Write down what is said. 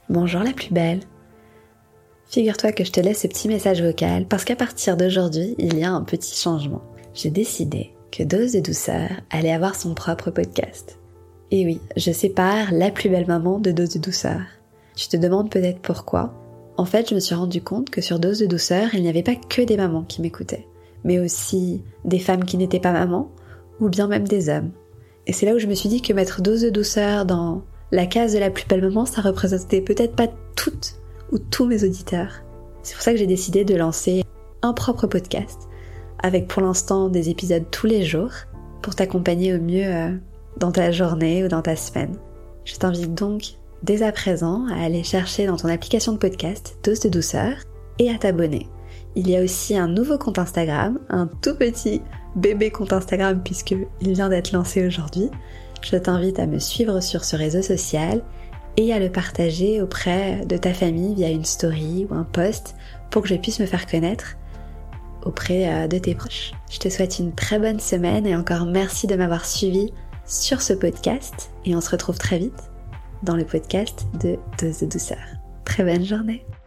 Bonjour la plus belle. Figure-toi que je te laisse ce petit message vocal parce qu'à partir d'aujourd'hui, il y a un petit changement. J'ai décidé que Dose de douceur allait avoir son propre podcast. Et oui, je sépare la plus belle maman de Dose de douceur. Tu te demandes peut-être pourquoi. En fait, je me suis rendu compte que sur Dose de douceur, il n'y avait pas que des mamans qui m'écoutaient, mais aussi des femmes qui n'étaient pas mamans, ou bien même des hommes. Et c'est là où je me suis dit que mettre Dose de douceur dans la case de la plus belle maman, ça représentait peut-être pas toutes ou tous mes auditeurs. C'est pour ça que j'ai décidé de lancer un propre podcast, avec pour l'instant des épisodes tous les jours, pour t'accompagner au mieux dans ta journée ou dans ta semaine. Je t'invite donc dès à présent à aller chercher dans ton application de podcast Dose de douceur et à t'abonner. Il y a aussi un nouveau compte Instagram, un tout petit bébé compte Instagram puisqu'il vient d'être lancé aujourd'hui. Je t'invite à me suivre sur ce réseau social et à le partager auprès de ta famille via une story ou un post pour que je puisse me faire connaître auprès de tes proches. Je te souhaite une très bonne semaine et encore merci de m'avoir suivi sur ce podcast et on se retrouve très vite dans le podcast de Dose de douceur. Très bonne journée.